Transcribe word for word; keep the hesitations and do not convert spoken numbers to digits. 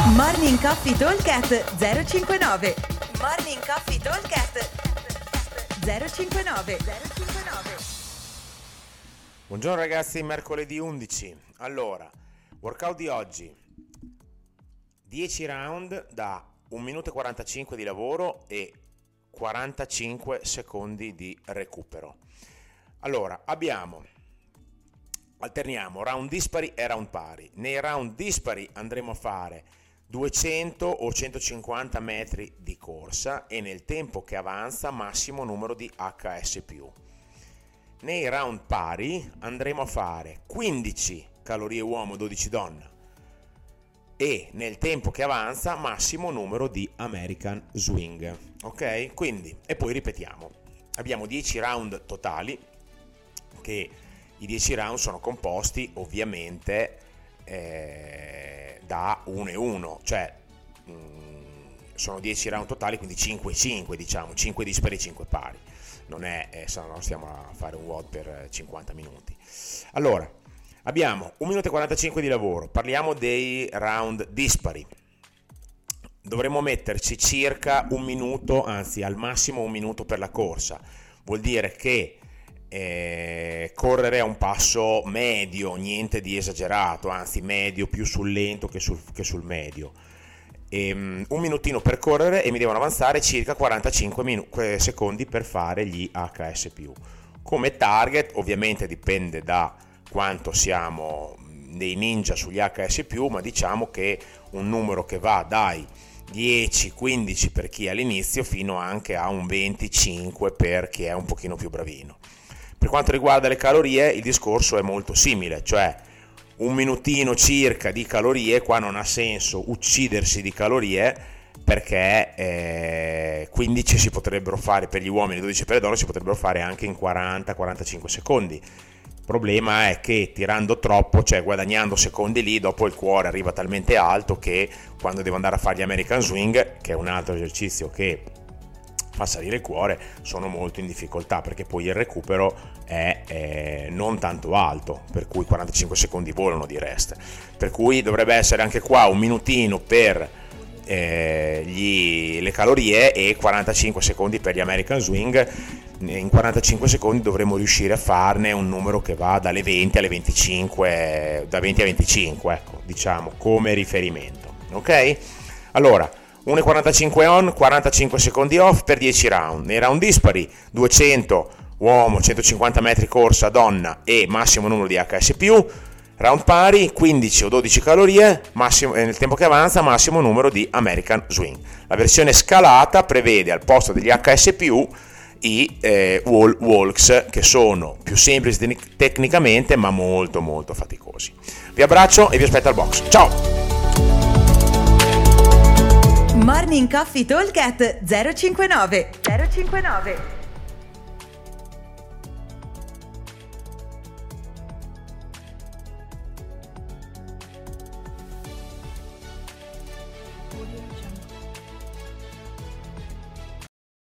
Morning Coffee Talkcast zero cinquantanove. Morning Coffee Talkcast zero cinquantanove. Buongiorno ragazzi, mercoledì undici. Allora, workout di oggi: dieci round da un minuto e quarantacinque di lavoro e quarantacinque secondi di recupero. Allora, abbiamo alterniamo round dispari e round pari. Nei round dispari andremo a fare duecento o centocinquanta metri di corsa e nel tempo che avanza massimo numero di H S più. Nei round pari andremo a fare quindici calorie uomo, dodici donna e nel tempo che avanza massimo numero di American Swing. Ok? Quindi, e poi ripetiamo. Abbiamo dieci round totali, che i dieci round sono composti ovviamente eh, da uno e uno, cioè mh, sono dieci round totali, quindi cinque e cinque, diciamo, cinque dispari e cinque pari. Non è, eh, se no stiamo a fare un W O D per cinquanta minuti. Allora, abbiamo un minuto e quarantacinque di lavoro, parliamo dei round dispari. Dovremmo metterci circa un minuto, anzi al massimo un minuto per la corsa. Vuol dire che Eh, correre a un passo medio, niente di esagerato, anzi medio, più sul lento che sul, che sul medio. E, um, un minutino per correre e mi devono avanzare circa quarantacinque minu- secondi per fare gli H S più. Come target ovviamente dipende da quanto siamo dei ninja sugli H S più, ma diciamo che un numero che va dai dieci quindici per chi è all'inizio fino anche a un venticinque per chi è un pochino più bravino. Per quanto riguarda le calorie, il discorso è molto simile, cioè un minutino circa di calorie. Qua non ha senso uccidersi di calorie, perché eh, quindici si potrebbero fare per gli uomini, dodici per le donne, si potrebbero fare anche in quaranta quarantacinque secondi. Il problema è che tirando troppo, cioè guadagnando secondi lì, dopo il cuore arriva talmente alto che quando devo andare a fare gli American Swing, che è un altro esercizio che fa salire il cuore, sono molto in difficoltà, perché poi il recupero è eh, non tanto alto, per cui quarantacinque secondi volano di rest, per cui dovrebbe essere anche qua un minutino per eh, gli, le calorie e quarantacinque secondi per gli American Swing. In quarantacinque secondi dovremo riuscire a farne un numero che va dalle venti alle venticinque, da venti a venticinque, ecco, diciamo come riferimento. Ok? Allora, uno e quarantacinque on, quarantacinque secondi off per dieci round. Nei round dispari duecento uomo, centocinquanta metri corsa donna e massimo numero di H S più. Round pari quindici o dodici calorie, massimo, nel tempo che avanza massimo numero di American Swing. La versione scalata prevede al posto degli H S più i eh, wall walks, che sono più semplici tec- tecnicamente ma molto molto faticosi. Vi abbraccio e vi aspetto al box. Ciao! Morning Coffee Talkcast zero cinquantanove.